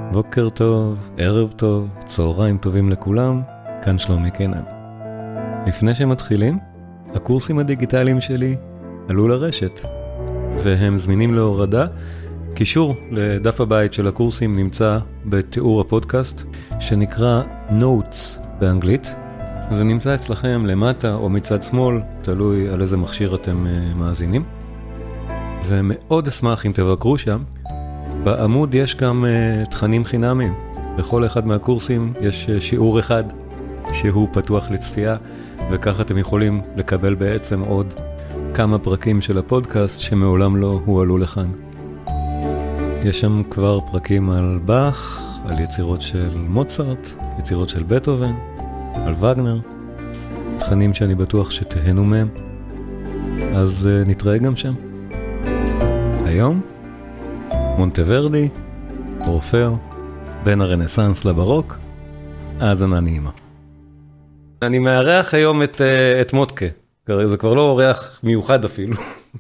בוקר טוב, ערב טוב, צהריים טובים לכולם, כאן שלומי קינן. לפני שמתחילים, הקורסים הדיגיטליים שלי עלו לרשת, והם זמינים להורדה. קישור לדף הבית של הקורסים נמצא בתיאור הפודקאסט, שנקרא Notes באנגלית. זה נמצא אצלכם למטה או מצד שמאל, תלוי על איזה מכשיר אתם מאזינים. ומאוד אשמח אם תבקרו שם. בעמוד יש גם תכנים חינמים. בכל אחד מהקורסים יש שיעור אחד שהוא פתוח לצפייה, וכך אתם יכולים לקבל בעצם עוד כמה פרקים של הפודקאסט שמעולם לא הועלו לכאן. יש שם כבר פרקים על באך, על יצירות של מוצרט, יצירות של בטהובן, על וגנר, תכנים שאני בטוח שתהנו מהם. אז נתראה גם שם. היום מונטוורדי, אורפאו, בין הרנסנס לברוק, האזנה נעימה. אני מארח היום את מוטקה, זה כבר לא אורח מיוחד אפילו,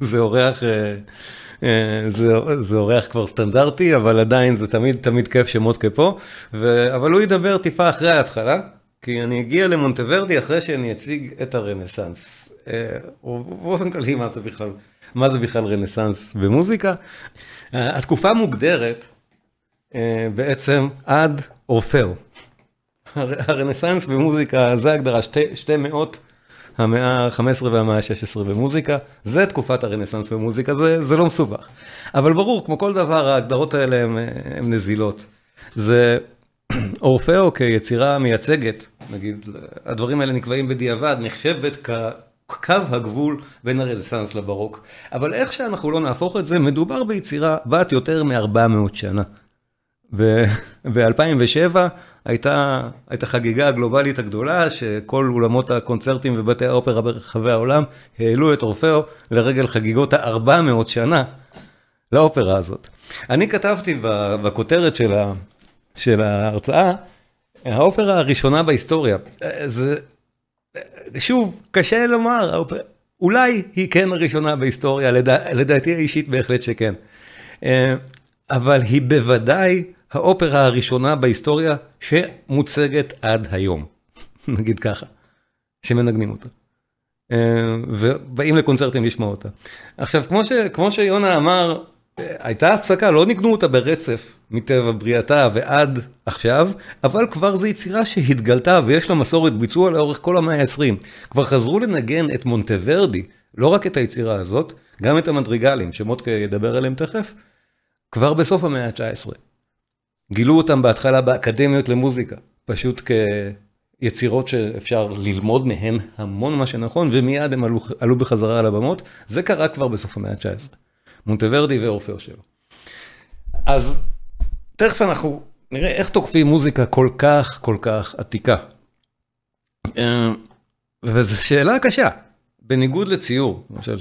זה אורח כבר סטנדרטי, אבל עדיין זה תמיד כיף שמוטקה פה, אבל הוא ידבר טיפה אחרי ההתחלה, כי אני אגיע למונטוורדי אחרי שאני אציג את הרנסנס. באופן כללי, מה זה בכלל רנסנס במוזיקה? התקופה מוגדרת בעצם עד אורפאו. הרנסנס במוזיקה זה הגדרה, שתי מאות, המאה ה-15 והמאה ה-16 במוזיקה, זה תקופת הרנסנס במוזיקה, זה לא מסובך. אבל ברור, כמו כל דבר, ההגדרות האלה הן נזילות. זה אורפאו כיצירה מייצגת, נגיד, הדברים האלה נקבעים בדיעבד, נחשבת קו הגבול בין הרנסנס לברוק. אבל איך שאנחנו לא נהפוך את זה, מדובר ביצירה בת יותר מ-400 שנה. ב-2007 הייתה חגיגה הגלובלית הגדולה, שכל אולמות הקונצרטים ובתי האופרה ברחבי העולם העלו את אורפאו לרגל חגיגות ה-400 שנה לאופרה הזאת. אני כתבתי בכותרת של ההרצאה, האופרה הראשונה בהיסטוריה. שוב, קשה לומר, אולי היא כן הראשונה בהיסטוריה, לדעתי האישית בהחלט שכן. אבל היא בוודאי האופרה הראשונה בהיסטוריה שמוצגת עד היום. נגיד ככה, שמנגנים אותה. ובאים לקונצרטים לשמוע אותה. עכשיו, כמו שיונה אמר, הייתה הפסקה, לא ניגנו אותה ברצף מטבע בריאתה ועד עכשיו, אבל כבר זו יצירה שהתגלתה ויש לה מסורת ביצוע לאורך כל המאה ה-20. כבר חזרו לנגן את מונטוורדי, לא רק את היצירה הזאת, גם את המדריגלים, שמוטקה ידבר עליהם תכף, כבר בסוף המאה ה-19. גילו אותם בהתחלה באקדמיות למוזיקה, פשוט כיצירות שאפשר ללמוד מהן המון מה שנכון, ומיד הם עלו בחזרה על הבמות. זה קרה כבר בסוף המאה ה-19. מונטוורדי ואורפאו שלו. אז תכף אנחנו נראה איך תוקפים מוזיקה כל כך עתיקה. וזו שאלה קשה, בניגוד לציור, למשל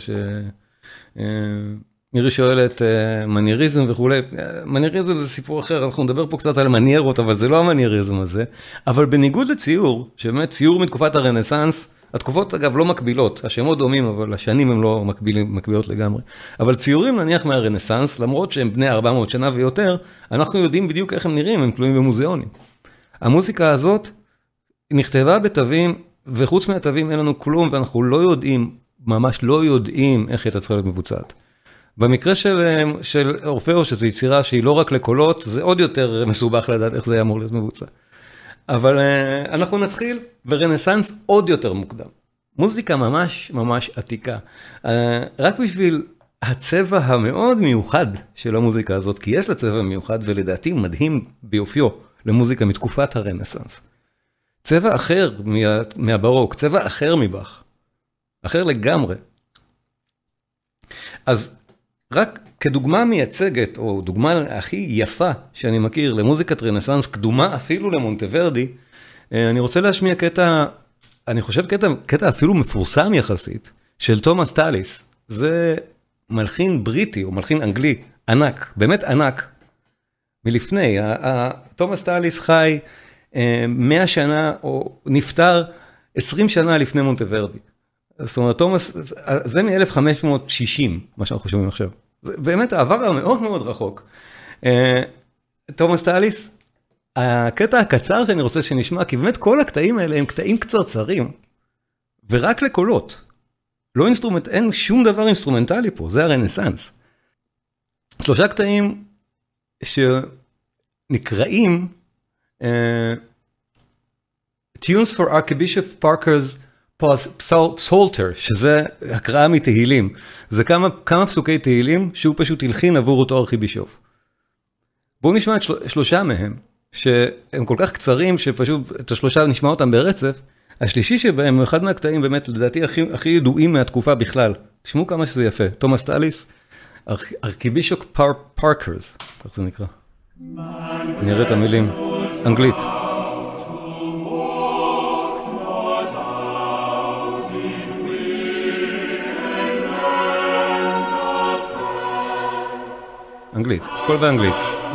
מירי שואלת מנייריזם וכו'. מנייריזם זה סיפור אחר, אנחנו נדבר פה קצת על מניירות, אבל זה לא המנייריזם הזה. אבל בניגוד לציור, שבאמת ציור מתקופת הרנסנס, התקופות אגב לא מקבילות, השמות דומים, אבל השנים הם לא מקבילות לגמרי. אבל ציורים נניח מהרנסנס, למרות שהם בני 400 שנה ויותר, אנחנו יודעים בדיוק איך הם נראים, הם תלויים במוזיאונים. המוזיקה הזאת נכתבה בתווים, וחוץ מהתווים אין לנו כלום, ואנחנו לא יודעים, ממש לא יודעים איך היא צריכה להיות מבוצעת. במקרה של אורפאו, שזו יצירה שהיא לא רק לקולות, זה עוד יותר מסובך לדעת איך זה היה אמור להיות מבוצע. אבל אנחנו נתחיל ברנסנס עוד יותר מוקדם. מוזיקה ממש עתיקה. רק בשביל הצבע המאוד מיוחד של המוזיקה הזאת, כי יש לה צבע מיוחד ולדעתי מדהים ביופיו למוזיקה מתקופת הרנסנס. צבע אחר מהברוק, צבע אחר מבאך. אחר לגמרי. אז רק כדוגמה מייצגת, או דוגמה הכי יפה שאני מכיר למוזיקת רנסנס, קדומה אפילו למונטוורדי, אני רוצה להשמיע קטע, אני חושב קטע אפילו מפורסם יחסית, של תומאס טאליס. זה מלחין בריטי, או מלחין אנגלי, ענק, באמת ענק, מלפני. תומאס טאליס חי 100 שנה, או נפטר 20 שנה לפני מונטוורדי. זאת אומרת, תומאס, זה מ-1560, מה שאנחנו חושבים עכשיו. זה באמת העבר המאוד מאוד רחוק. תומאס טאליס הקטע הקצר שאני רוצה שנשמע, כי באמת כל הקטעים האלה הם קטעים קצרצרים, ורק לקולות. לא אינסטרומנט, אין שום דבר אינסטרומנטלי פה, זה הרנסנס. 3 קטעים שנקראים Tunes for Archbishop Parker's Psalter, שזה הקראה מתהילים. זה כמה פסוקי תהילים שהוא פשוט הלחין עבור אותו ארכיבישוף. בואו נשמע את 3 מהם, שהם כל כך קצרים שפשוט את 3 נשמע אותם ברצף. השלישי שבהם הוא אחד מהקטעים באמת לדעתי הכי ידועים מהתקופה בכלל. תשמעו כמה שזה יפה. תומאס טאליס, ארכיבישופ פארקרס, איך זה נקרא? נראה את המילים. אנגלית. אנגלית, הכל באנגלית.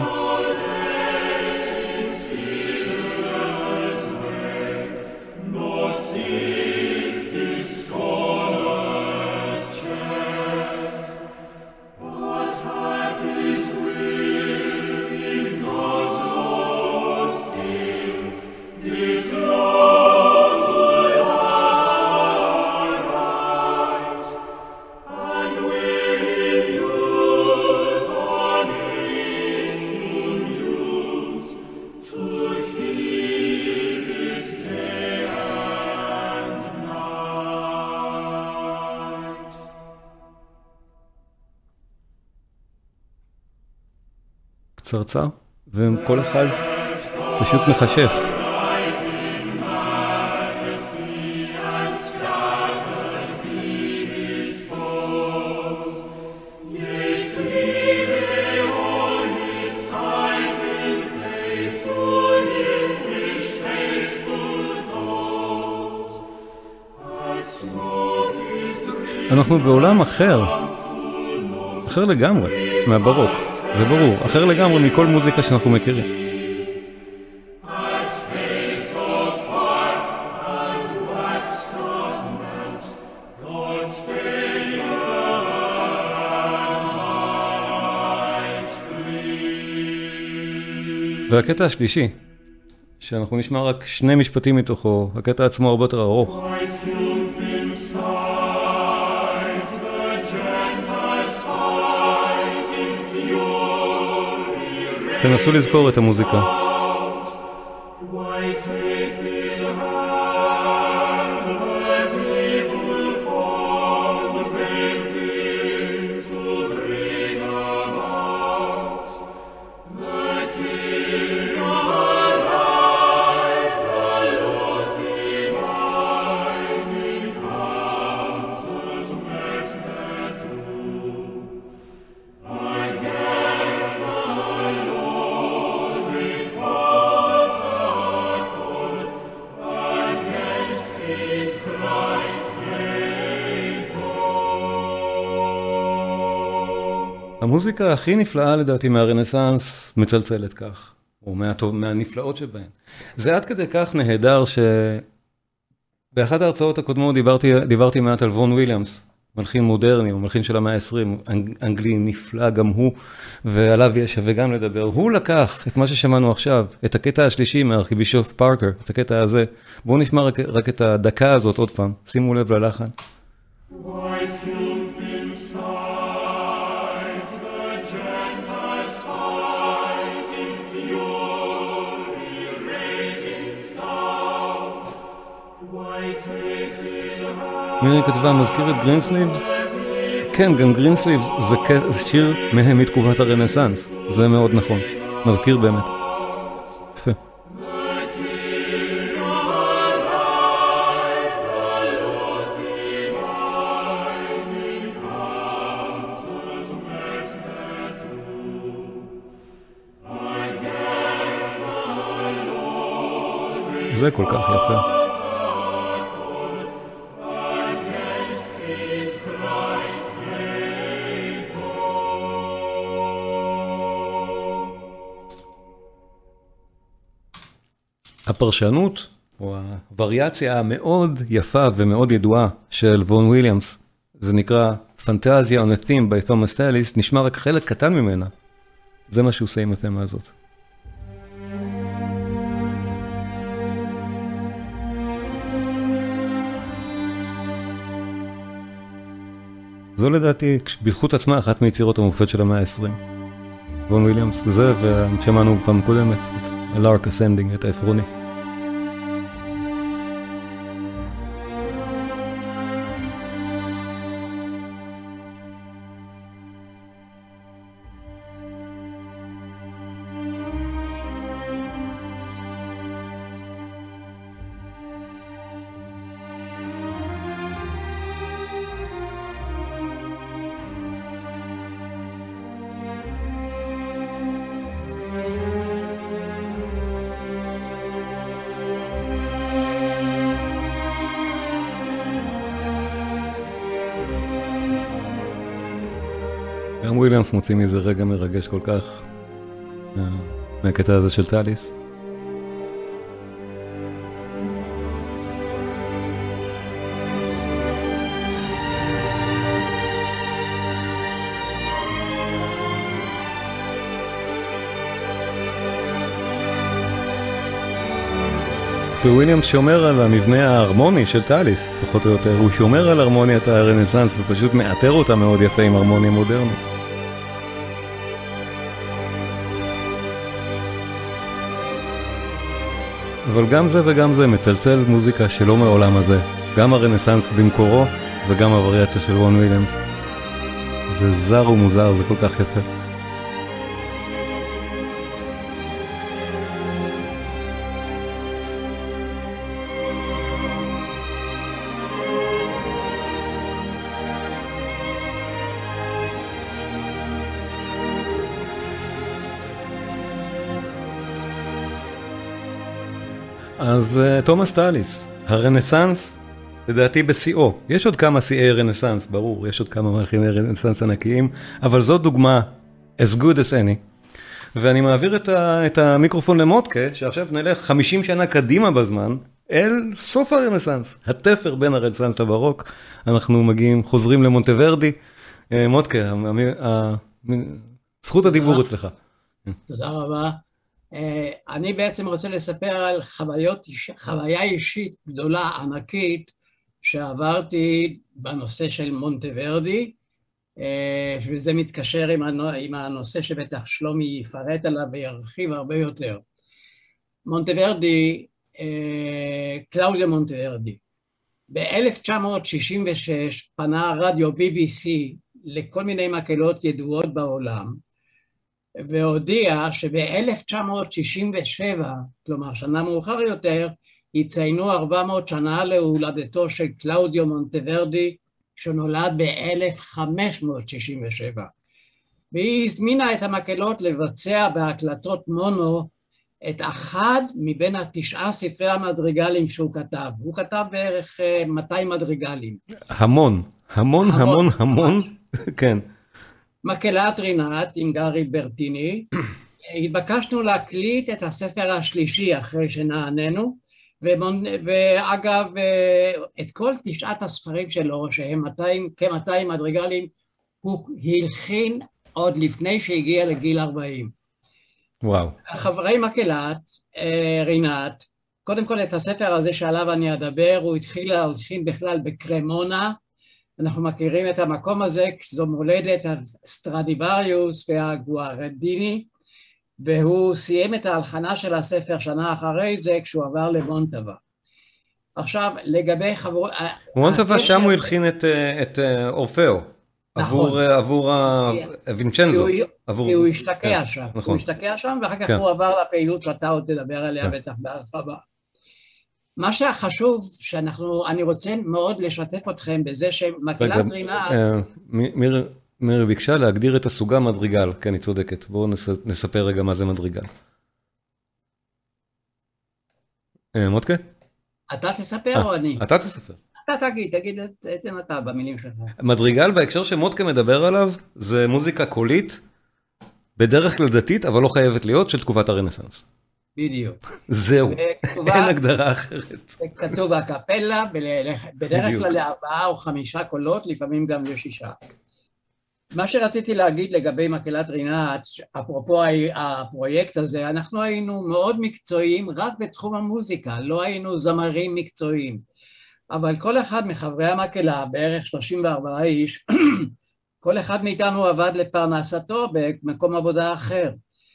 קצרצר, וכל אחד פשוט מחשף. אנחנו בעולם אחר לגמרי מהברוק. זה ברור, אחר לגמרי מכל מוזיקה שאנחנו מכירים. והקטע השלישי, שאנחנו נשמע רק 2 משפטים מתוכו, הקטע עצמו הרבה יותר ארוך. תנסו לזכור את המוזיקה. המוזיקה הכי נפלאה לדעתי מהרנסנס מצלצלת כך, או מהנפלאות שבהן. זה עד כדי כך נהדר שבאחת ההרצאות הקודמות דיברתי מעט על וון וויליאמס, מלחין מודרני, או מלחין של המאה ה-20, אנגלי נפלא גם הוא, ועליו יש שווה גם לדבר. הוא לקח את מה ששמענו עכשיו, את הקטע השלישי מהארכיבישוף פארקר, את הקטע הזה. בואו נשמע רק את הדקה הזאת עוד פעם, שימו לב ללחן. מירי כתבה, מזכיר את גרינסליבס? כן, גם גרינסליבס זה שיר מהם מתקופת הרנסנס. זה מאוד נכון. מזכיר באמת. יפה. זה כל כך יפה. הפרשנות, או הווריאציה המאוד יפה ומאוד ידועה של וון וויליאמס, זה נקרא Fantasia on a Theme by Thomas Tallis, נשמע רק חלק קטן ממנה. זה מה שהוא עושה עם התמה הזאת. זו לדעתי, בזכות עצמה, אחת מיצירות המופת של המאה ה-20. וון וויליאמס, זה, ושמענו פעם קודמת, את הלארק אסנדינג, את העפרוני. גם וויליאמס מוציא מזה רגע מרגש כל כך מהקטע הזה של טאליס. וויליאמס שומר על המבנה ההרמוני של טאליס, פחות או יותר, הוא שומר על הרמוניית הרנסנס ופשוט מאתר אותה מאוד יפה עם הרמוניה מודרנית. אבל גם זה וגם זה מצלצל מוזיקה שלא מעולם הזה, גם הרנסנס במקורו וגם הווריאציה של וון וויליאמס. זה זר ומוזר, זה כל כך יפה. אז תומאס טאליס, הרנסנס, לדעתי בשיאו. יש עוד כמה שיאי רנסנס, ברור, יש עוד כמה מלחיני רנסנס ענקיים, אבל זאת דוגמה as good as any. ואני מעביר את המיקרופון למוטקה, שעכשיו נלך 50 שנה קדימה בזמן, אל סוף הרנסנס, התפר בין הרנסנס לברוק. אנחנו חוזרים למונטוורדי. מוטקה, זכות הדיבור אצלך. תודה רבה. אני בעצם רוצה לספר על חוויה אישית גדולה, ענקית, שעברתי בנושא של מונטוורדי, וזה מתקשר עם הנושא שבטח שלומי יפרט עליו וירחיב הרבה יותר. מונטוורדי, קלאודיו מונטוורדי, ב-1966 פנה רדיו BBC לכל מיני מקהלות ידועות בעולם, והודיע שב-1967, כלומר שנה מאוחר יותר, יציינו 400 שנה להולדתו של קלאודיו מונטוורדי, שנולד ב-1567. והיא הזמינה את המקהלות לבצע בהקלטות מונו את אחד מבין 9 ספרי המדריגלים שהוא כתב. הוא כתב בערך 200 מדריגלים. המון, כן. מקהלת רינת עם גארי ברטיני, התבקשנו להקליט את הספר השלישי אחרי שנעננו, ואגב, את כל 9 הספרים שלו, שהם כ-200 מדריגלים, הוא הלחין עוד לפני שהגיע לגיל 40. וואו. חברי מקהלת, רינת, קודם כל את הספר הזה שעליו אני אדבר, הוא התחיל להלחין בכלל בקרמונה, אנחנו מכירים את המקום הזה, זו מולדת הסטרדיווריוס והגוארדיני, והוא סיים את ההלחנה של הספר שנה אחרי זה, כשהוא עבר למונטבה. עכשיו, לגבי מונטבה שם הוא הלחין את אורפאו, עבור וינצ'נזו. הוא השתקע שם, הוא השתקע שם, ואחר כך הוא עבר לפעילות שאתה עוד תדבר עליה בטח בהרחבה. מה שהחשוב, אני רוצה מאוד לשתף אתכם בזה שמקהלת רינת... מירי ביקשה להגדיר את הסוגה מדריגל, כן, היא צודקת. בואו נספר רגע מה זה מדריגל. מוטקה? אתה תספר או אני? אתה תספר. אתה תגיד את אתה במילים שלך. מדריגל בהקשר שמוטקה מדבר עליו, זה מוזיקה קולית, בדרך כלל דתית, אבל לא חייבת להיות, של תקופת הרנסנס. בדיוק. זהו, אין הגדרה אחרת. כתוב הקפלה, בדרך כלל 4 או 5 קולות, לפעמים גם ל6. מה שרציתי להגיד לגבי מקהלת רינת, אפרופו הפרויקט הזה, אנחנו היינו מאוד מקצועיים רק בתחום המוזיקה, לא היינו זמרים מקצועיים. אבל כל אחד מחברי המקהלה, בערך 34 איש, כל אחד מאיתנו עבד לפרנסתו במקום עבודה אחר.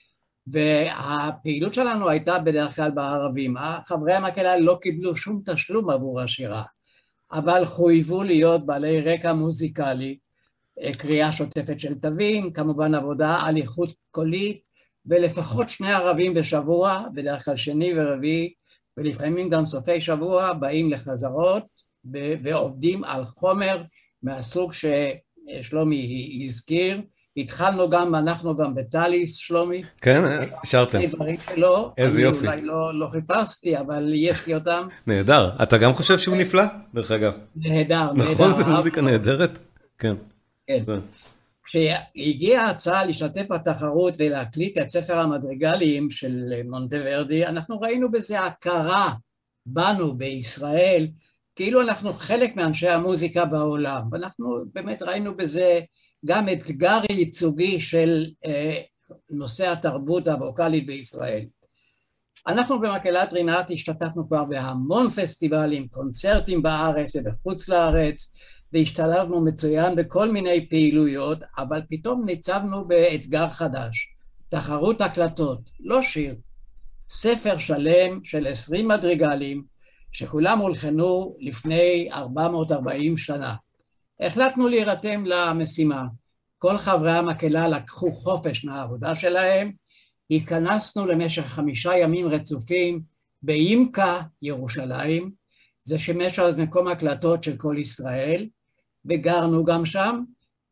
והפעילות שלנו הייתה בדרך כלל בערבים. חברי המקהלה לא קיבלו שום תשלום עבור השירה, אבל חויבו להיות בעלי רקע מוזיקלי, קריאה שוטפת של תווים, כמובן עבודה על איכות קולית, ולפחות 2 ערבים בשבוע, בדרך כלל שני ורביעי, ולפעמים גם סופי שבוע, באים לחזרות ועובדים על חומר מהסוג ששלומי הזכיר. התחלנו גם, אנחנו גם בטליס, שלומי. כן, שרתם. איזה יופי. אני אולי לא חיפשתי, אבל יש לי אותם. נהדר. אתה גם חושב שהוא נפלא, דרך אגב? נהדר. נכון, זו מוזיקה נהדרת? כן. כן. כשהגיעה ההצעה להשתתף בתחרות ולהקליט את ספר המדריגלים של מונטוורדי, אנחנו ראינו בזה הכרה בנו בישראל, כאילו אנחנו חלק מאנשי המוזיקה בעולם, ואנחנו באמת ראינו בזה גם אתגר ייצוגי של נושא התרבות הווקלית בישראל. אנחנו במקהלת רינת השתתפנו כבר בהמון פסטיבלים, קונצרטים בארץ ובחוץ לארץ, והשתלבנו מצוין בכל מיני פעילויות, אבל פתאום ניצבנו באתגר חדש, תחרות הקלטות, לא שיר, ספר שלם של 20 מדריגלים, שכולם הולחנו לפני 440 שנה. החלטנו להירתם למשימה, כל חברי המקהלה לקחו חופש מהעבודה שלהם, התכנסנו למשך 5 ימים רצופים בימקה ירושלים, זה שימש אז מקום הקלטות של כל ישראל, וגרנו גם שם,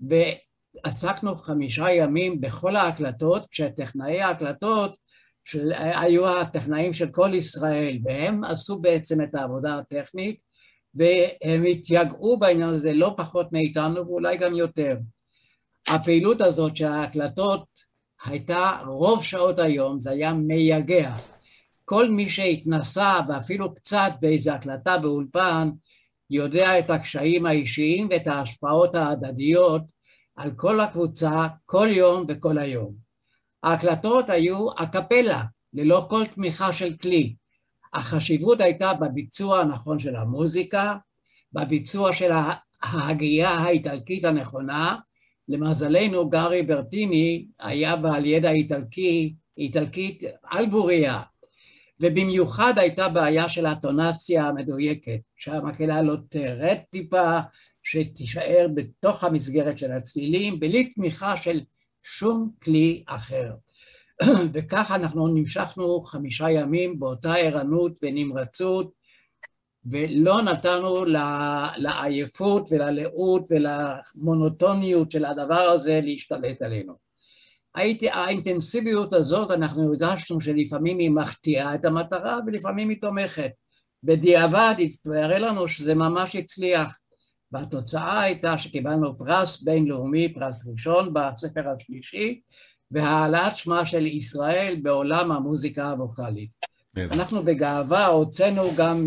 ועסקנו 5 ימים בכל ההקלטות, כשטכנאי ההקלטות היו הטכנאים של כל ישראל, והם עשו בעצם את העבודה הטכנית, והם התייגעו בעניין הזה לא פחות מאיתנו, ואולי גם יותר. הפעילות הזאת של ההקלטות הייתה רוב שעות היום, זה היה מייגע. כל מי שהתנסה ואפילו קצת באיזו הקלטה באולפן, יודע את הקשיים האישיים ואת ההשפעות ההדדיות על כל הקבוצה, כל יום וכל היום. ההקלטות היו הקפלה, ללא כל תמיכה של כלי. החשיבות הייתה בביצוע הנכון של המוזיקה, בביצוע של ההגייה האיטלקית הנכונה. למזלנו גארי ברטיני היה בעל ידע איטלקית על בוריה, ובמיוחד הייתה בעיה של הטונציה המדויקת, שהמקהלה לא תרד טיפה, שתישאר בתוך המסגרת של הצלילים, בלי תמיכה של שום כלי אחר. וכך אנחנו נמשכנו 5 ימים באותה ערנות ונמרצות, ולא נתנו לעייפות וללאות ולמונוטוניות של הדבר הזה להשתלט עלינו. האינטנסיביות הזאת אנחנו הרגשנו שלפעמים היא מחטיאה את המטרה ולפעמים היא תומכת. בדיעבד התברר לנו שזה ממש הצליח, והתוצאה הייתה שקיבלנו פרס בינלאומי, פרס ראשון בספר השלישי, והעלאת שמה של ישראל בעולם המוזיקה הווקלית. אנחנו בגאווה הוצאנו גם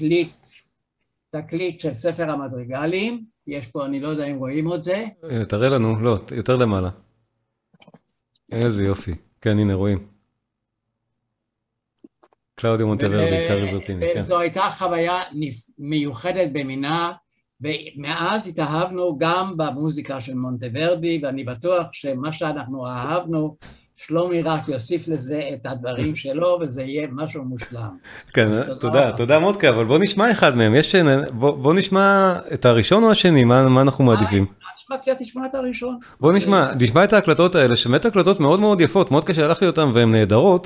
תקליט של ספר המדריגלים, יש פה, אני לא יודע אם רואים את זה. תראה לנו, לא, יותר למעלה. איזה יופי, כן, הנה רואים. קלאודיו מונטוורדי, קארי ברטיני. וזו הייתה חוויה מיוחדת במינה, ומאז התאהבנו גם במוזיקה של מונטוורדי, ואני בטוח שמה שאנחנו אהבנו, שלומי רק יוסיף לזה את הדברים שלו, וזה יהיה משהו מושלם. כן, תודה מודקה, אבל בוא נשמע אחד מהם. בוא נשמע את הראשון או השני, מה אנחנו מעדיפים? אני מציע תשמע את הראשון. בוא נשמע את ההקלטות האלה, שבאמת הקלטות מאוד מאוד יפות, מאוד קשה הלך לי אותן, והן נהדרות,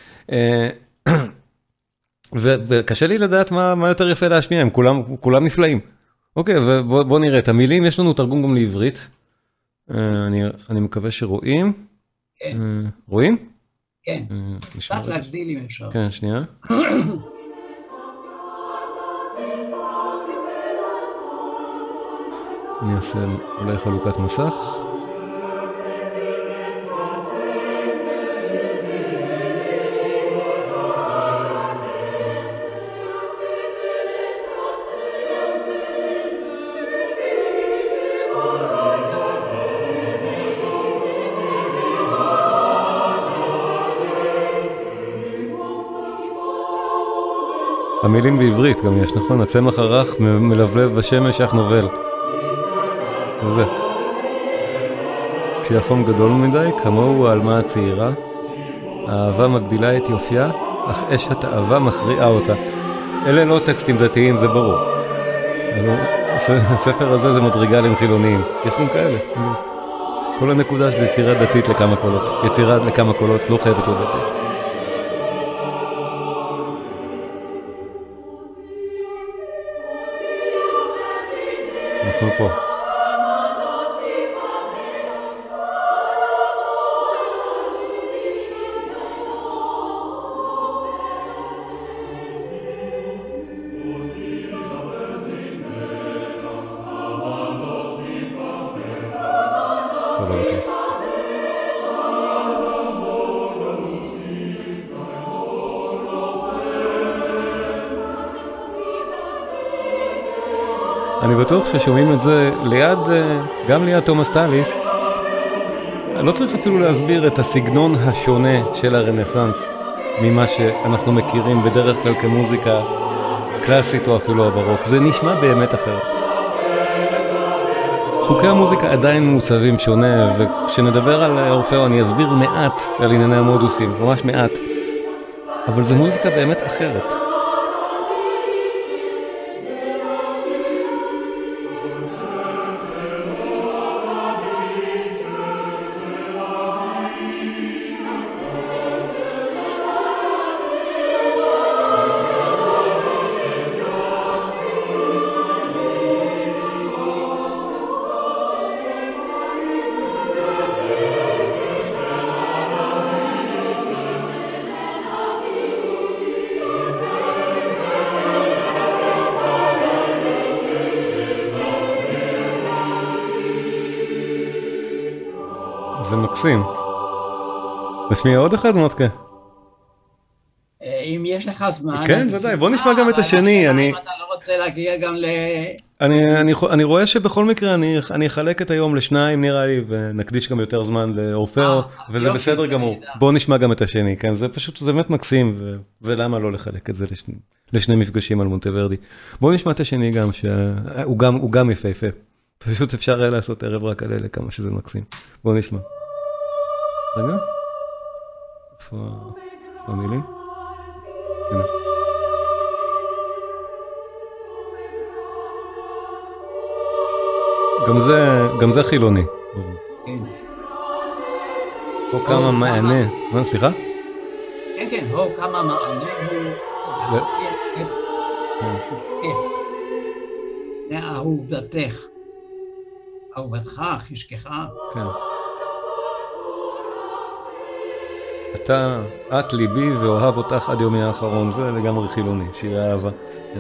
וקשה לי לדעת מה יותר יפה להשמיע, הם כולם נפלאים. אוקיי, ובוא נראה, את המילים, יש לנו תרגום גם לעברית, אני מקווה שרואים. רואים? כן, קצת להגדיל אם אפשר. כן, שנייה. אני אעשה אולי חלוקת מסך. המילים בעברית גם יש, נכון? הצמח הרך מלבלב בשמש אך נובל. וזה. כשהחום גדול מדי, כמוהו העלמה הצעירה, האהבה מגדילה את יופייה, אך אש התאווה מכריעה אותה. אלה לא טקסטים דתיים, זה ברור. הספר הזה זה מדרגה עם חילוניים. יש גם כאלה. כל הנקודה שזה יצירה דתית לכמה קולות. יצירה לכמה קולות לא חייבת להיות דתית. אנחנו פה. אני בטוח ששומעים את זה ליד, גם ליד תומאס טאליס. אני לא צריך אפילו להסביר את הסגנון השונה של הרנסנס ממה שאנחנו מכירים בדרך כלל כמוזיקה קלאסית או אפילו הברוק. זה נשמע באמת אחרת. חוקי המוזיקה עדיין מעוצבים שונה, וכשנדבר על אורפאו אני אסביר מעט על ענייני המודוסים, ממש מעט. אבל זו מוזיקה באמת אחרת. זה מקסים. נשמיע עוד אחד מותקה? אם יש לך זמן... כן, ודאי, בוא נשמע גם את השני. אם אתה לא רוצה להגיע גם ל... אני רואה שבכל מקרה אני אחלק את היום לשניים נראה לי, ונקדיש גם יותר זמן לאורפאו, וזה בסדר גמור. בוא נשמע גם את השני, כן? זה פשוט, זה באמת מקסים, ולמה לא לחלק את זה לשני מפגשים על מונטוורדי. בוא נשמע את השני גם, שהוא גם יפהפה. פשוט אפשר לעשות ערב רק על אלה, כמה שזה מקסים. בוא נשמע. רגע. איפה המילים? הנה. גם זה חילוני. כן. פה כמה מענה. מה, סליחה? כן, כן, כמה מענה הוא להזכיר את אהובתך. אהובתך, חשקך. כן. את ליבי ואוהב אותך עד יומי האחרון. זה לגמרי חילוני, שירי אהבה. כן.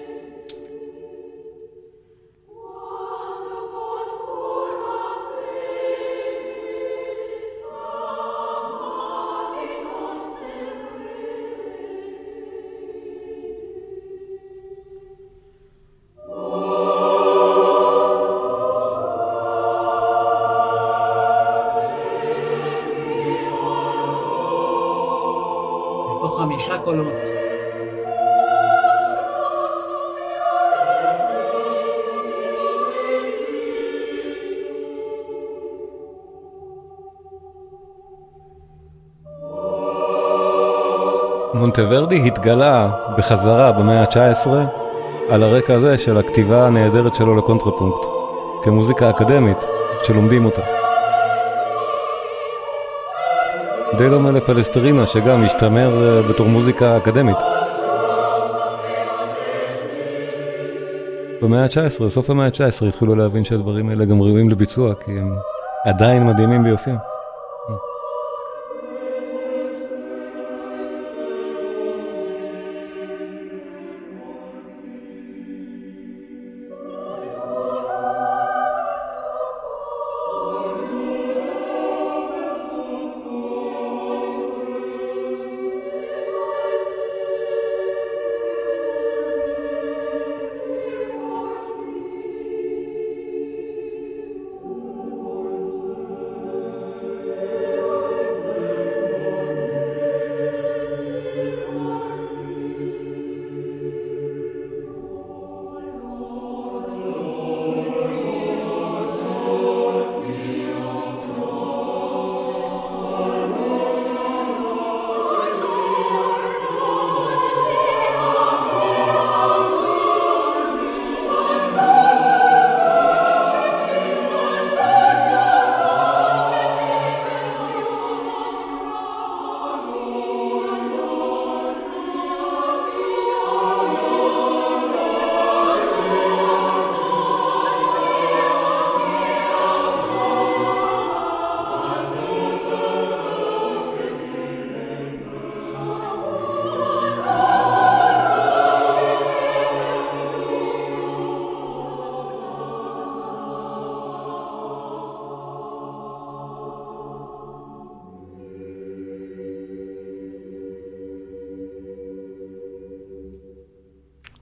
חמישה קולות. מונטוורדי התגלה בחזרה במאה ה-19 על הרקע הזה של הכתיבה הנהדרת שלו לקונטרפונקט, כמוזיקה אקדמית שלומדים אותה. די דומה לפלסטרינה שגם משתמר בתור מוזיקה אקדמית. במאה ה-19, סוף המאה ה-19 התחילו להבין שהדברים האלה גם ראויים לביצוע, כי הם עדיין מדהימים ביופיים.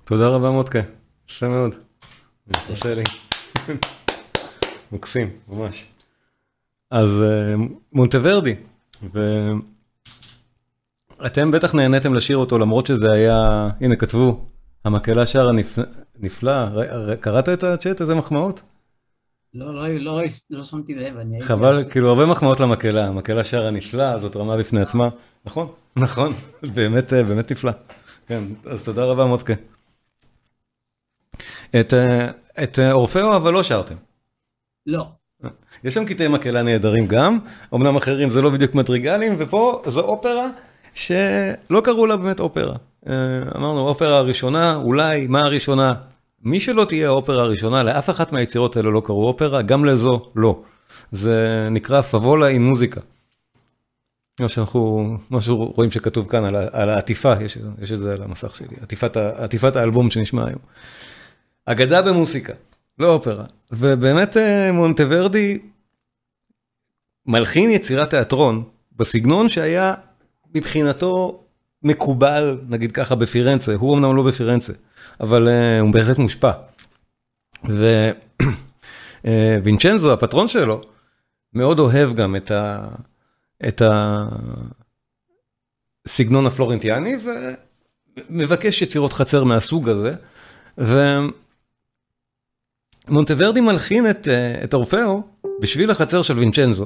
תודה רבה מותקה, יפה מאוד. תרשה לי. מקסים, ממש. אז מונטוורדי, ואתם בטח נהניתם לשיר אותו, למרות שזה היה, הנה כתבו, המקהלה שרה נפלא, קראת את הצ'אט, איזה מחמאות? לא שמתי לב, חבל, כאילו הרבה מחמאות למקהלה, המקהלה שרה נפלא, זאת רמה בפני עצמה, נכון, נכון, באמת נפלא. כן, אז תודה רבה מותקה. את אורפאו אבל לא שרתם. לא. יש שם קטעי מקהלה נהדרים גם, אמנם אחרים זה לא בדיוק מדריגלים, ופה זו אופרה שלא קראו לה באמת אופרה. אמרנו, אופרה הראשונה, אולי, מה הראשונה? מי שלא תהיה האופרה הראשונה, לאף אחת מהיצירות האלה לא קראו אופרה, גם לזו לא. זה נקרא פבולה עם מוזיקה. משהו רואים שכתוב כאן על העטיפה, יש את זה על המסך שלי, עטיפת האלבום שנשמע היום. אגדה במוסיקה, לא אופרה. ובאמת מונטוורדי מלחין יצירת תיאטרון בסגנון שהיה מבחינתו מקובל, נגיד ככה, בפירנצה. הוא אמנם לא בפירנצה, אבל הוא בהחלט מושפע. ווינצ'נזו, הפטרון שלו, מאוד אוהב גם את הסגנון הפלורנטיאני, ומבקש יצירות חצר מהסוג הזה. ומונטוורדי מלחין את אורפאו בשביל החצר של וינצ'נזו.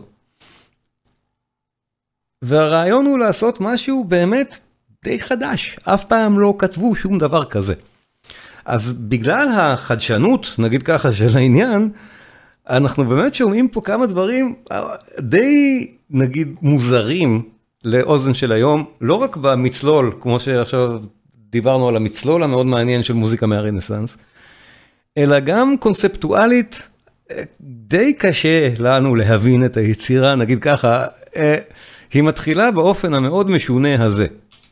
והרעיון הוא לעשות משהו באמת די חדש. אף פעם לא כתבו שום דבר כזה. אז בגלל החדשנות, נגיד ככה, של העניין, אנחנו באמת שומעים פה כמה דברים די, נגיד, מוזרים לאוזן של היום, לא רק במצלול, כמו שעכשיו דיברנו על המצלול המאוד מעניין של מוזיקה מהרנסנס, אלא גם קונספטואלית, די קשה לנו להבין את היצירה, נגיד ככה, היא מתחילה באופן המאוד משונה הזה.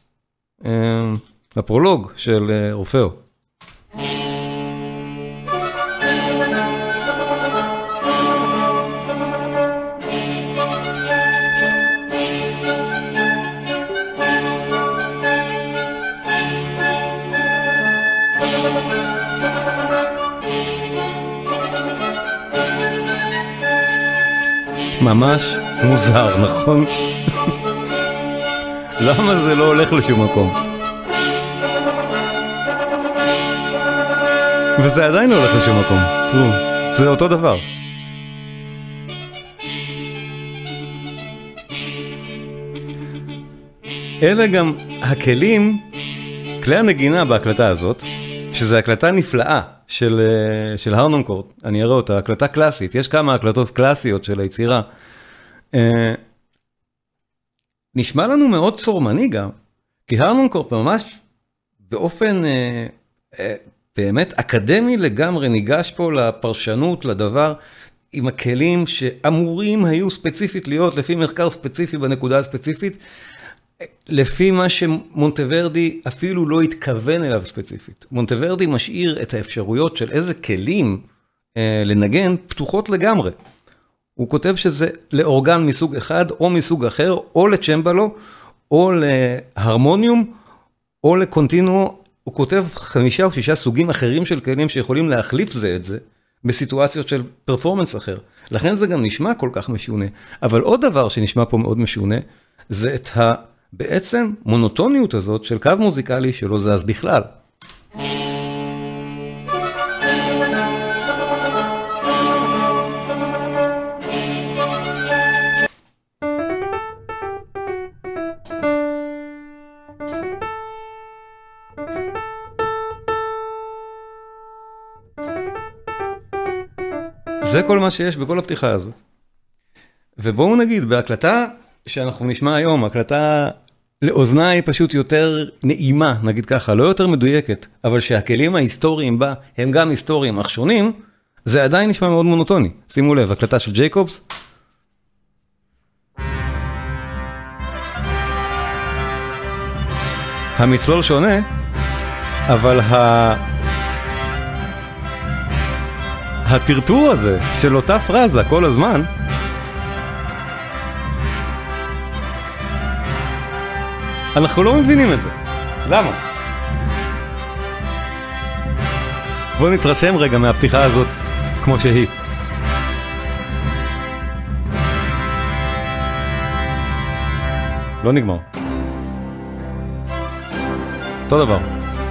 הפרולוג של אורפאו. ממש מוזר, נכון? למה זה לא הולך לשום מקום? וזה עדיין לא הולך לשום מקום. זה אותו דבר. אלה גם הכלים, כלי הנגינה בהקלטה הזאת, שזו הקלטה נפלאה של הרנונקורט, אני אראה אותה, הקלטה קלאסית, יש כמה הקלטות קלאסיות של היצירה, נשמע לנו מאוד צורמני גם, כי הרנונקורט ממש באופן באמת אקדמי לגמרי ניגש פה לפרשנות, לדבר, עם הכלים שאמורים היו ספציפית להיות, לפי מחקר ספציפי בנקודה הספציפית, לפי מה שמונטוורדי אפילו לא התכוון אליו ספציפית. מונטוורדי משאיר את האפשרויות של איזה כלים לנגן פתוחות לגמרי. הוא כותב שזה לאורגן מסוג אחד או מסוג אחר, או לצ'מבלו, או להרמוניום, או לקונטינו. הוא כותב 5 או 6 סוגים אחרים של כלים שיכולים להחליף זה את זה, בסיטואציות של פרפורמנס אחר. לכן זה גם נשמע כל כך משונה. אבל עוד דבר שנשמע פה מאוד משונה, זה את בעצם מונוטוניות הזאת של קו מוזיקלי שלא זז בכלל. זה כל מה שיש בכל הפתיחה הזו. ובואו נגיד, בהקלטה שאנחנו נשמע היום, הקלטה לאוזנה היא פשוט יותר נעימה, נגיד ככה, לא יותר מדויקת, אבל שהכלים ההיסטוריים בה הם גם היסטוריים אך שונים, זה עדיין נשמע מאוד מונוטוני. שימו לב, הקלטה של ג'ייקובס. המצלול שונה, אבל הטרטור הזה של אותה פרזה כל הזמן, אנחנו לא מבינים את זה. למה? בואו נתרשם רגע מהפתיחה הזאת כמו שהיא. לא נגמר. אותו דבר.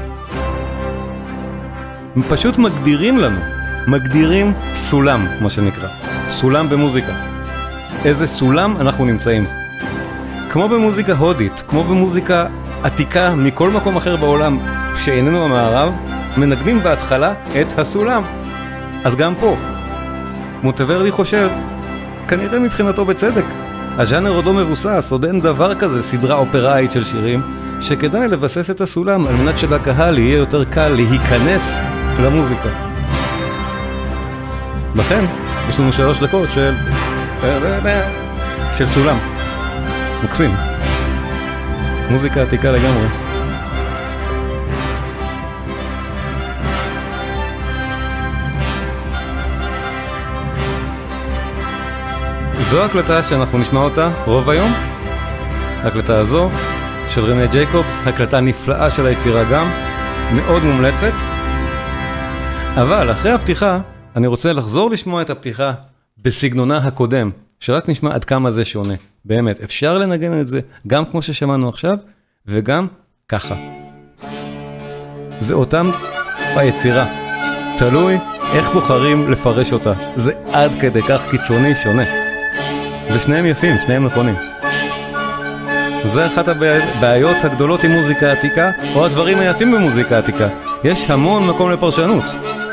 הם פשוט מגדירים סולם, מה שנקרא. סולם במוזיקה. איזה סולם אנחנו נמצאים. כמו במוזיקה הודית, כמו במוזיקה עתיקה מכל מקום אחר בעולם שאיננו המערב, מנגנים בהתחלה את הסולם. אז גם פה, מונטוורדי חושב, כנראה מבחינתו בצדק, הז'אנר עוד לא מבוסס, עוד אין דבר כזה, סדרה אופראית של שירים, שכדאי לבסס את הסולם על מנת שלקהל יהיה יותר קל להיכנס למוזיקה. לכן, יש לנו 3 דקות של סולם. מקסים. מוזיקה עתיקה לגמרי. זו הקלטה שאנחנו נשמע אותה רוב היום. הקלטה הזו של רנה ג'ייקובס, הקלטה נפלאה של היצירה גם, מאוד מומלצת. אבל אחרי הפתיחה, אני רוצה לחזור לשמוע את הפתיחה בסגנונה הקודם, שרק נשמע עד כמה זה שונה. באמת, אפשר לנגן את זה גם כמו ששמענו עכשיו, וגם ככה. זה אותם ביצירה. תלוי איך בוחרים לפרש אותה. זה עד כדי כך קיצוני שונה. ושניהם יפים, שניהם נכונים. זה אחת הבעיות הגדולות עם מוזיקה עתיקה, או הדברים היפים במוזיקה עתיקה. יש המון מקום לפרשנות.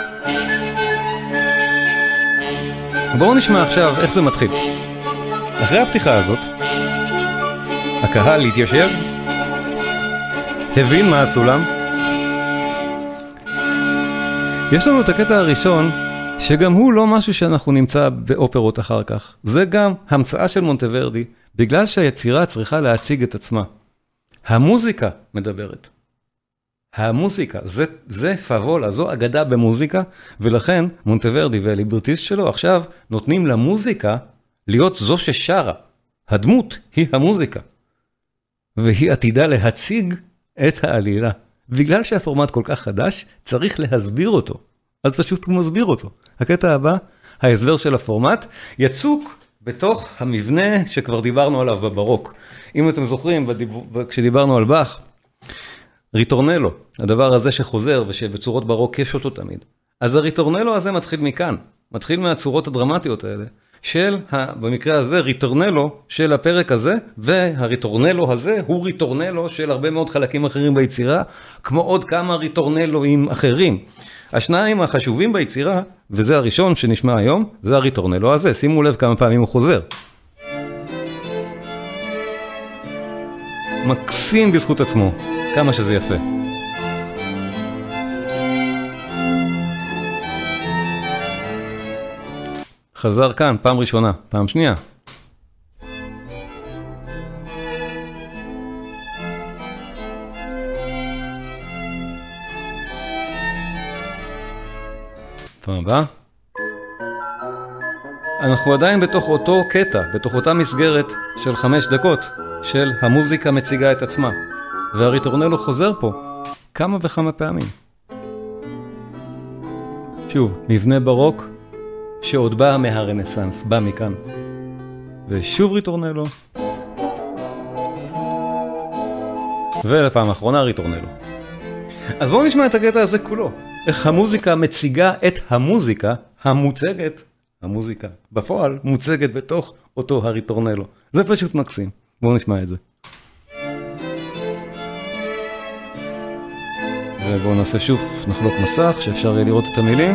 בואו נשמע עכשיו איך זה מתחיל. אחרי הפתיחה הזאת, הקהל התיישב, הבין מה הסולם. יש לנו את הקטע הראשון, שגם הוא לא משהו שאנחנו נמצא באופרות אחר כך. זה גם המצאה של מונטוורדי, בגלל שהיצירה צריכה להציג את עצמה. המוזיקה מדברת. המוזיקה, זה פאבולה, זו אגדה במוזיקה, ולכן מונטוורדי והליברטיסט שלו עכשיו נותנים למוזיקה להיות זו ששרה. הדמות היא המוזיקה. והיא עתידה להציג את העלילה. בגלל שהפורמט כל כך חדש, צריך להסביר אותו. אז פשוט הוא מסביר אותו. הקטע הבא, ההסבר של הפורמט, יצוק בתוך המבנה שכבר דיברנו עליו בברוק. אם אתם זוכרים, כשדיברנו על באך, ריטורנלו, הדבר הזה שחוזר ושבצורות ברוק יש אותו תמיד. אז הריטורנלו הזה מתחיל מכאן, מתחיל מהצורות הדרמטיות האלה, במקרה הזה ריטורנלו של הפרק הזה, והריטורנלו הזה הוא ריטורנלו של הרבה מאוד חלקים אחרים ביצירה, כמו עוד כמה ריטורנלוים אחרים. השניים החשובים ביצירה, וזה הראשון שנשמע היום, זה הריטורנלו הזה. שימו לב כמה פעמים הוא חוזר. מקסים בזכות עצמו, כמה שזה יפה. חזר כאן, פעם ראשונה, פעם שנייה. פעם הבאה. אנחנו עדיין בתוך אותו קטע, בתוך אותה מסגרת של 5 דקות, של המוזיקה מציגה את עצמה. והריטורנלו חוזר פה כמה וכמה פעמים. שוב, מבנה ברוק שעוד בא מהרנסנס, בא מכאן. ושוב ריטורנלו. ולפעם האחרונה ריטורנלו. אז בואו נשמע את הקטע הזה כולו. איך המוזיקה מציגה את המוזיקה המוצגת, המוזיקה בפועל מוצגת בתוך אותו הריטורנלו. זה פשוט מקסים. בואו נשמע את זה. ובואו נעשה שוב נחלוק מסך שאפשר יהיה לראות את המילים.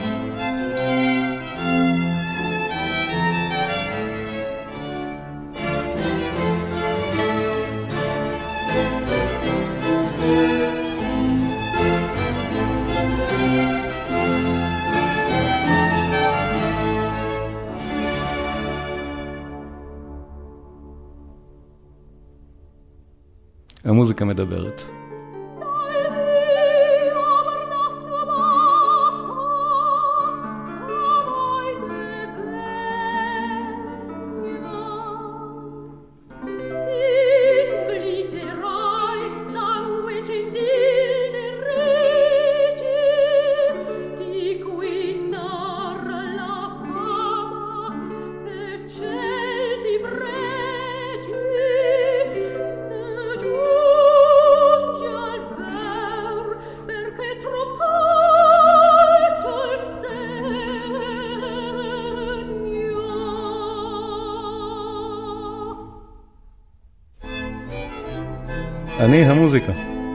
המוזיקה מדברת. אני המוזיקה.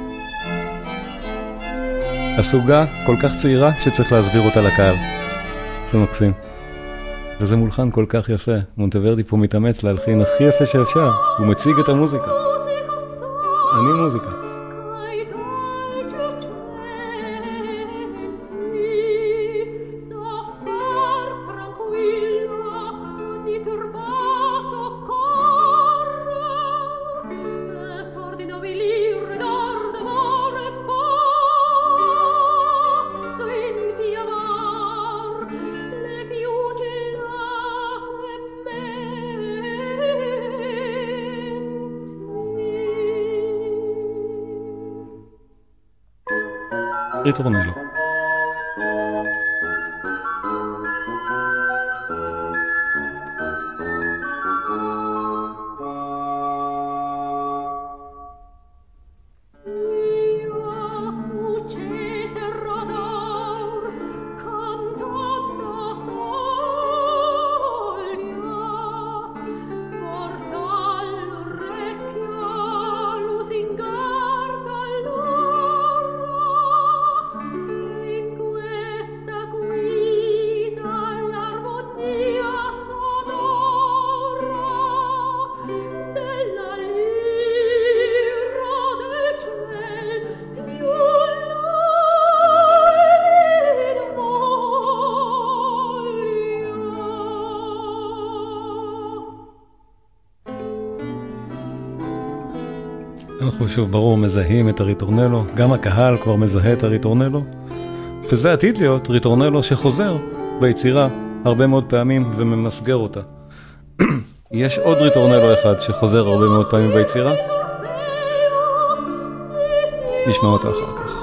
הסוגה כל כך צעירה שצריך להסביר אותה לקהל. זה מקסים. וזה מולחן כל כך יפה. מונטוורדי פה מתאמץ להלחין הכי יפה שאפשר. הוא מציג את המוזיקה. אני מוזיקה. ריטורנלו. אנחנו שוב ברור מזהים את הריטורנלו, גם הקהל כבר מזהה את הריטורנלו, וזה עתיד להיות ריטורנלו שחוזר ביצירה הרבה מאוד פעמים וממסגר אותה. יש עוד ריטורנלו אחד שחוזר הרבה מאוד פעמים ביצירה, נשמע אותה אחר כך.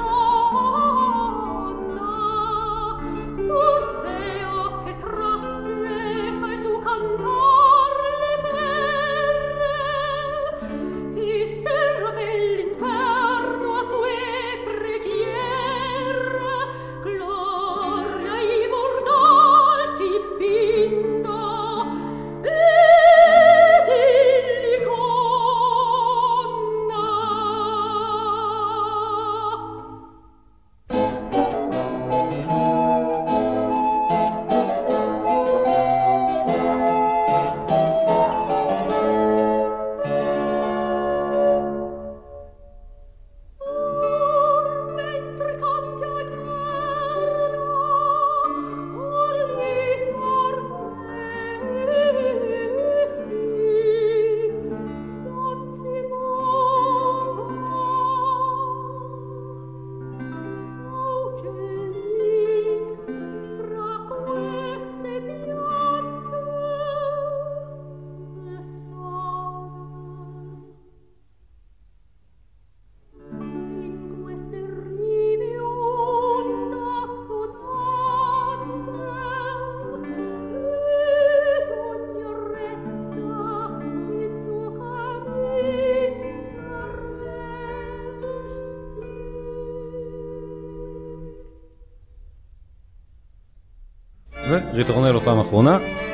וריטורנלו פעם אחרונה.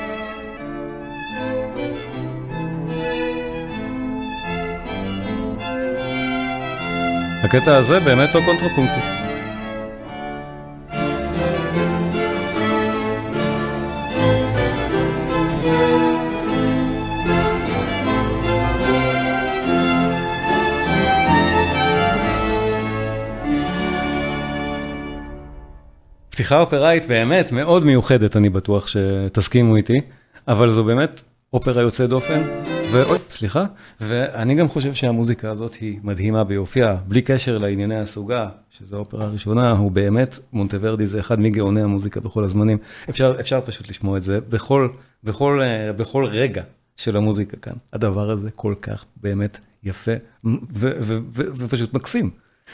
הקטע הזה באמת לא קונטרפונקטי. פתיחה אופראית באמת מאוד מיוחדת, אני בטוח שתסכימו איתי, אבל זו באמת אופרה יוצאת דופן, ואני גם חושב שהמוזיקה הזאת היא מדהימה ביופייה, בלי קשר לענייני הסוגה, שזו האופרה הראשונה, הוא באמת, מונטוורדי זה אחד מגאוני המוזיקה בכל הזמנים, אפשר פשוט לשמוע את זה בכל רגע של המוזיקה כאן, הדבר הזה כל כך באמת יפה, ופשוט מקסים.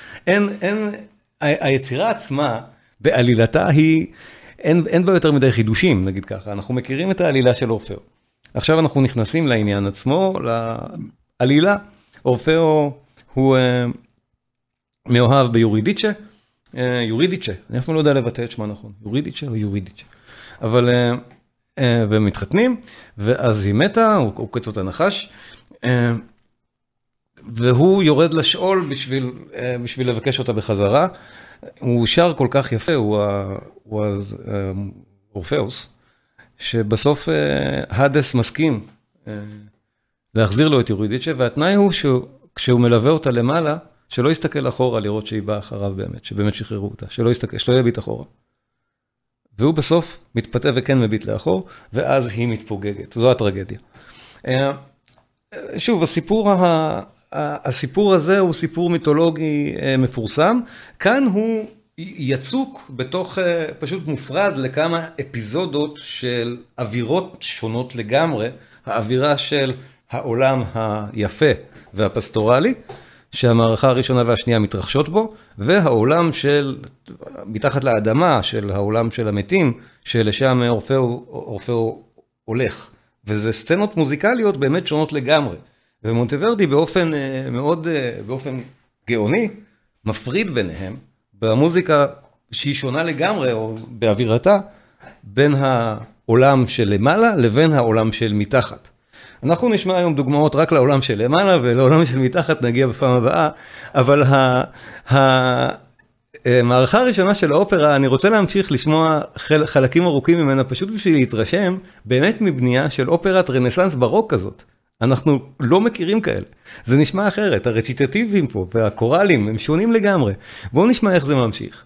היצירה עצמה, בעלילתה אין בה יותר מדי חידושים, נגיד ככה. אנחנו מכירים את העלילה של אורפאו. עכשיו אנחנו נכנסים לעניין עצמו, לעלילה. אורפאו הוא מאוהב ביורידיצ'ה. יורידיצ'ה, אני אף פעם לא יודע לבטא את שמה נכון. יורידיצ'ה או יורידיצ'ה. אבל, והם מתחתנים, ואז היא מתה, הוא קץ אותה נחש. והוא יורד לשאול בשביל לבקש אותה בחזרה. הוא שר כל כך יפה, הוא אורפאוס, שבסוף הדס מסכים להחזיר לו את יורידיצ'ה, והתנאי הוא כשהוא מלווה אותה למעלה, שלא יסתכל אחורה לראות שהיא באה אחריו באמת, שבאמת שחררו אותה, שלא יביט אחורה. והוא בסוף מתפתה וכן מביט לאחור, ואז היא מתפוגגת. זו הטרגדיה. שוב, הסיפור הזה הוא סיפור מיתולוגי מפורסם. כאן הוא יצוק בתוך, פשוט מופרד לכמה אפיזודות של אווירות שונות לגמרי. האווירה של העולם היפה והפסטורלי, שהמערכה הראשונה והשנייה מתרחשות בו, והעולם של, מתחת לאדמה, של העולם של המתים, שלשם אורפאו הולך. וזה סצנות מוזיקליות באמת שונות לגמרי. ומונטוורדי באופן גאוני, מפריד ביניהם, במוזיקה שהיא שונה לגמרי, או באווירתה, בין העולם של למעלה לבין העולם של מתחת. אנחנו נשמע היום דוגמאות רק לעולם של למעלה, ולעולם של מתחת נגיע בפעם הבאה, אבל המערכה הראשונה של האופרה, אני רוצה להמשיך לשמוע חלקים ארוכים ממנה, פשוט בשביל להתרשם, באמת מבנייה של אופרת רנסנס ברוק כזאת. אנחנו לא מכירים כאלה. זה נשמע אחרת, הרציטטיבים פה והקורלים הם שונים לגמרי. בואו נשמע איך זה ממשיך.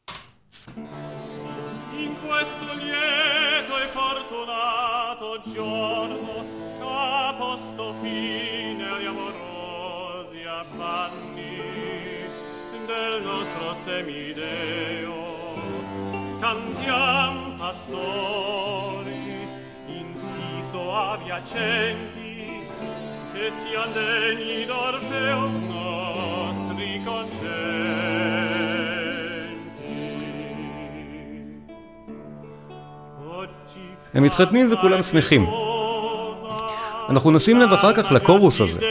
Cantiam pastori inciso aviacenti che sian degni d'Orfeo nostri concenti. הם מתחתנים וכולם שמחים. אנחנו נשים לב אחר כך לקורוס הזה,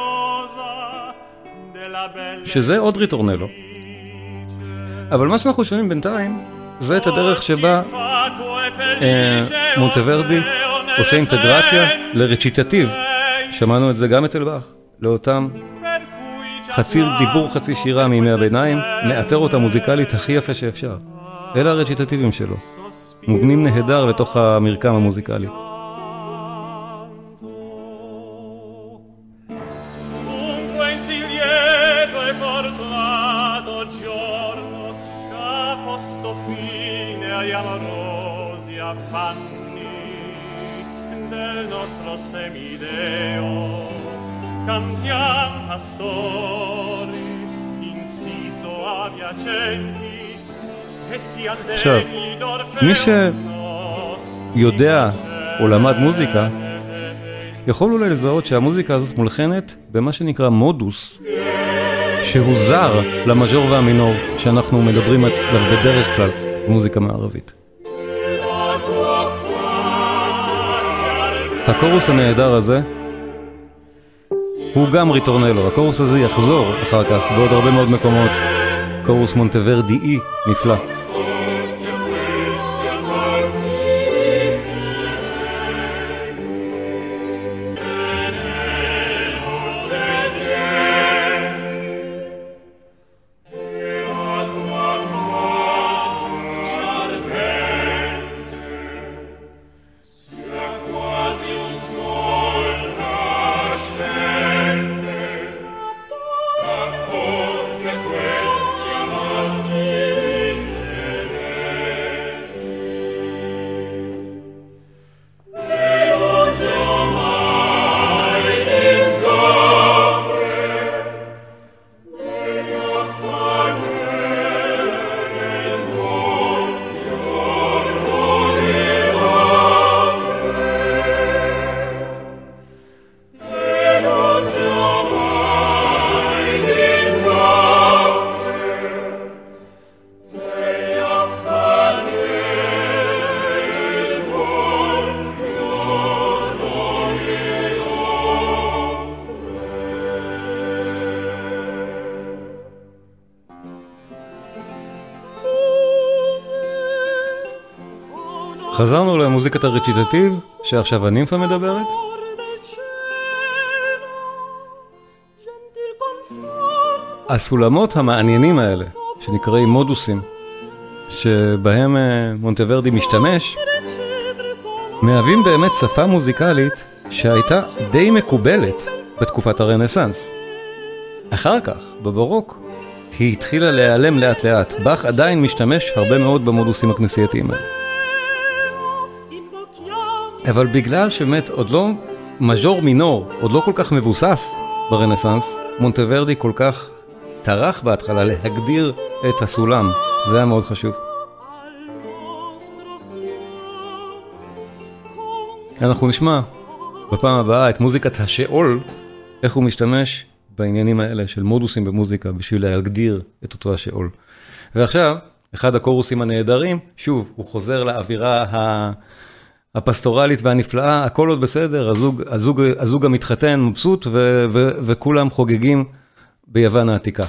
שזה עוד ריטורנלו. אבל מה שאנחנו שומעים בינתיים, זה את הדרך שבה מונטוורדי עושה אינטגרציה לרציטטיב. שמענו את זה גם אצל באך, לאותם חצי דיבור חצי שירה מימי הביניים, מאתר אותה מוזיקלית הכי יפה שאפשר. אלה הרציטטיבים שלו, מובנים נהדר לתוך המרקם המוזיקלי. Cantiam pastori inciso aviacenti che sian degni d'Orfeo. מי שיודע או למד מוזיקה, יכול אולי לזהות שהמוזיקה הזאת מולחנת במה שנקרא מודוס, שהוא זר למז'ור והמינור שאנחנו מדברים עליו בדרך כלל במוזיקה מערבית. הקורוס הנהדר הזה הוא גם ריטורנלו. הקורוס הזה יחזור אחר כך בעוד הרבה מאוד מקומות. קורוס מונטוורדי נפלא. חזרנו למוזיקת הרציטטיב שעכשיו הנימפה מדברת. הסולמות המעניינים האלה, שנקראים מודוסים, שבהם מונטוורדי משתמש, מהווים באמת שפה מוזיקלית שהייתה די מקובלת בתקופת הרנסנס. אחר כך, בברוק, היא התחילה להיעלם לאט לאט. באך עדיין משתמש הרבה מאוד במודוסים הכנסייתיים האלה. אבל בגלל שבאמת עוד לא מז'ור מינור, עוד לא כל כך מבוסס ברנסנס, מונטוורדי כל כך טרח בהתחלה להגדיר את הסולם. זה היה מאוד חשוב. אנחנו נשמע בפעם הבאה את מוזיקת השאול, איך הוא משתמש בעניינים האלה של מודוסים במוזיקה בשביל להגדיר את אותו השאול. ועכשיו, אחד הקורוסים הנהדרים, שוב, הוא חוזר לאווירה הפסטורלית והנפלאה, הכל עוד בסדר, הזוג המתחתן מבסוט וכולם חוגגים ביוון העתיקה.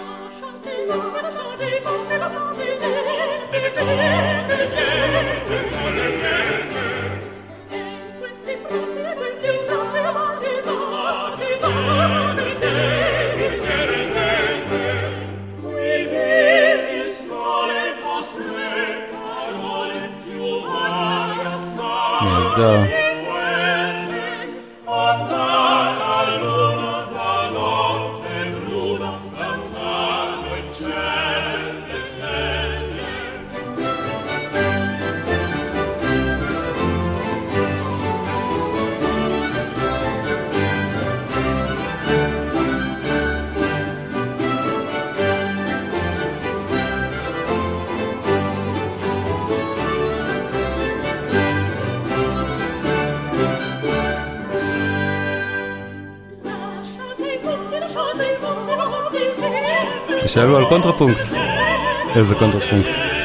נהדר. שאלו על קונטרפונקט. איזה קונטרפונקט?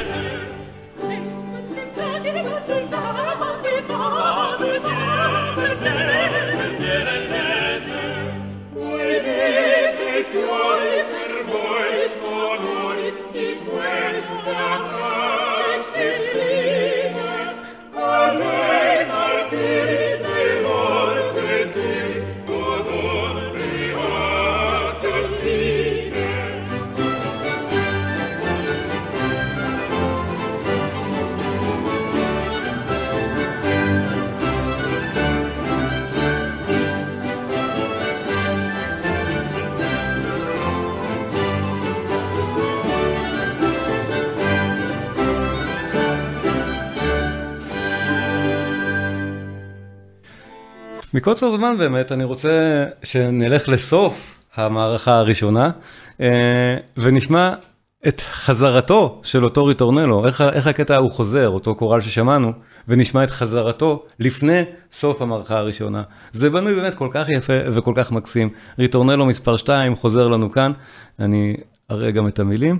מקוצר זמן באמת, אני רוצה שנלך לסוף המערכה הראשונה, ונשמע את חזרתו של אותו ריטורנלו, איך הקטע הוא חוזר, אותו קורל ששמענו, ונשמע את חזרתו לפני סוף המערכה הראשונה. זה בנוי באמת כל כך יפה וכל כך מקסים. ריטורנלו מספר 2 חוזר לנו כאן, אני אראה גם את המילים.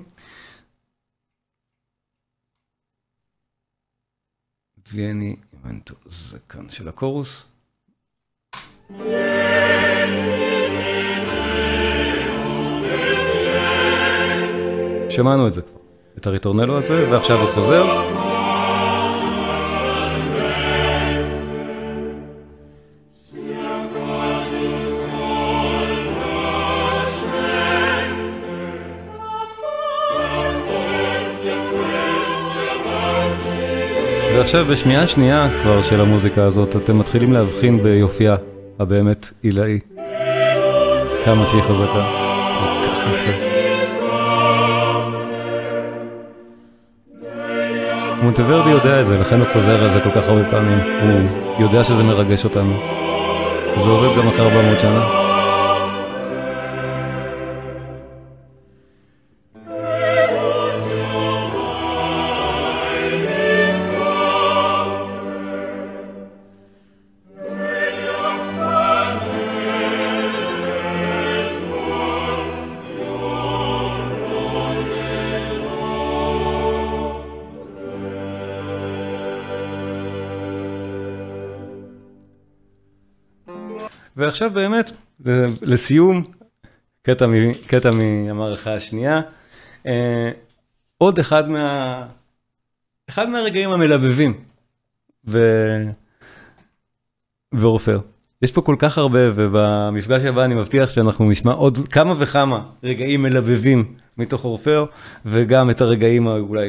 ויאני, זה כאן של הקורוס. שמענו את זה כבר, את הריטורנלו הזה, ועכשיו הוא חוזר. ועכשיו בשמיעה שנייה כבר של המוזיקה הזאת, אתם מתחילים להבחין ביופייה הבאמת עילאי. כמה שהיא חזקה. כל כך יפה. מונטוורדי יודע את זה, לכן הוא חוזר על זה כל כך הרבה פעמים. הוא יודע שזה מרגש אותנו. זה עובד גם אחרי 400 שנה. ועכשיו באמת, לסיום, קטע מהמערכה השנייה, עוד אחד מהרגעים המלבבים, ועופר, יש פה כל כך הרבה, ובמפגש הבא אני מבטיח שאנחנו נשמע עוד כמה וכמה רגעים מלבבים מתוך אורפאו, וגם את הרגעים אולי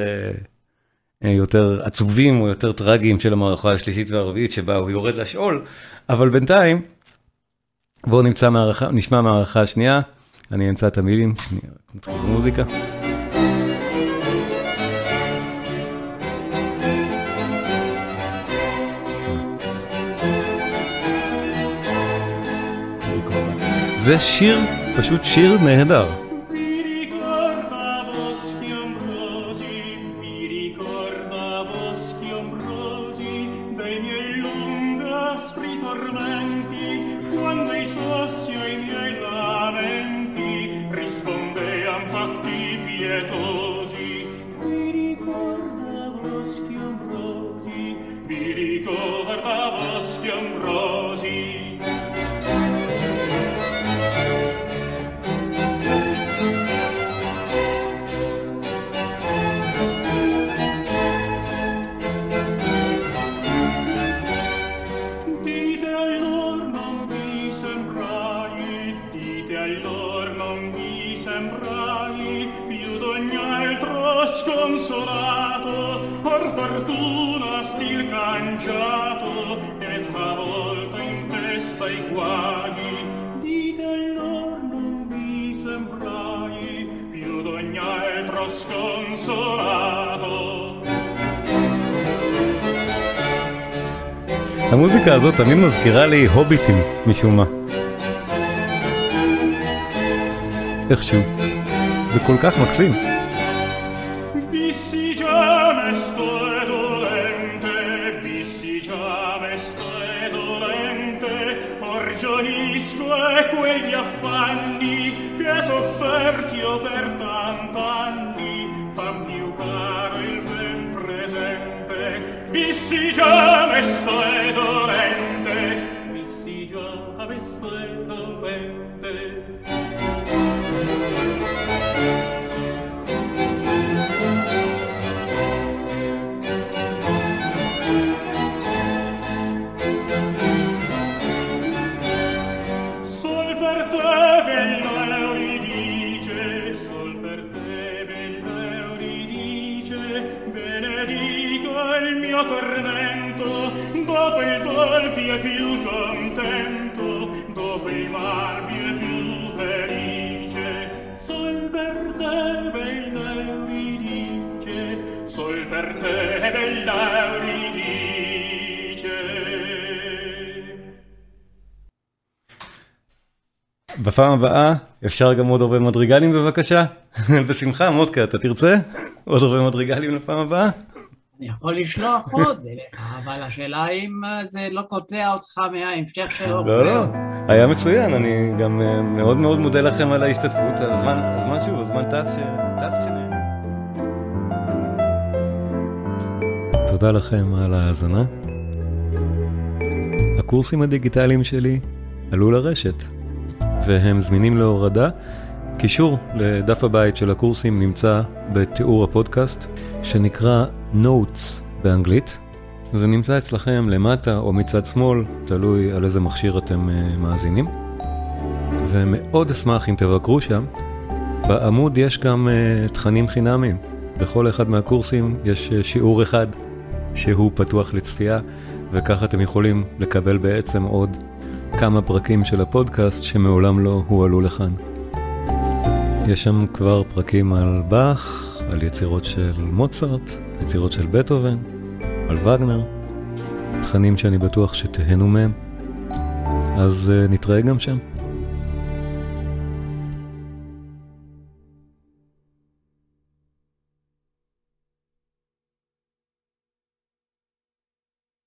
יותר עצובים או יותר טרגיים של המערכה השלישית והרביעית, שבה הוא יורד לשאול, אבל בינתיים, בואו נשמע מערכה השנייה, אני אמצא את המילים, שנייה, נתחיל במוזיקה. זה שיר, פשוט שיר נהדר. המוזיקה הזאת תמיד מזכירה לי הוביטים משום מה. איכשהו. זה כל כך מקסים. Vissi già mesto e dolente, vissi già mesto e dolente. Sol per te bella Euridice, sol per te bella Euridice, benedico il mio tormento, dopo il dol vi è più contento, dopo il mal vi è più felice. Sol per te bella Euridice, sol per te bella Euridice. בפעם הבאה אפשר גם עוד הרבה מדריגלים בבקשה? בשמחה, מודקה, אתה תרצה? עוד הרבה מדריגלים לפעם הבאה? אני יכול לשלוח עוד אליך, אבל השאלה אם זה לא קוטע אותך מההמשך של אורפאו. לא, היה מצוין, אני גם מאוד מאוד מודה לכם על ההשתתפות, הזמן שוב, הזמן טס כשנהנה. תודה לכם על ההאזנה. הקורסים הדיגיטליים שלי עלו לרשת, והם זמינים להורדה. קישור לדף הבית של הקורסים נמצא בתיאור הפודקאסט, שנקרא Notes באנגלית. זה נמצא אצלכם למטה או מצד שמאל, תלוי על איזה מכשיר אתם מאזינים. ומאוד אשמח אם תבקרו שם. בעמוד יש גם תכנים חינמיים. בכל אחד מהקורסים יש שיעור אחד שהוא פתוח לצפייה, וככה אתם יכולים לקבל בעצם עוד כמה פרקים של הפודקאסט שמעולם לא הועלו לכאן. יש שם כבר פרקים על באך, על יצירות של מוצרט, יצירות של בטהובן, על וגנר, תכנים שאני בטוח שתהנו מהם. אז נתראה גם שם.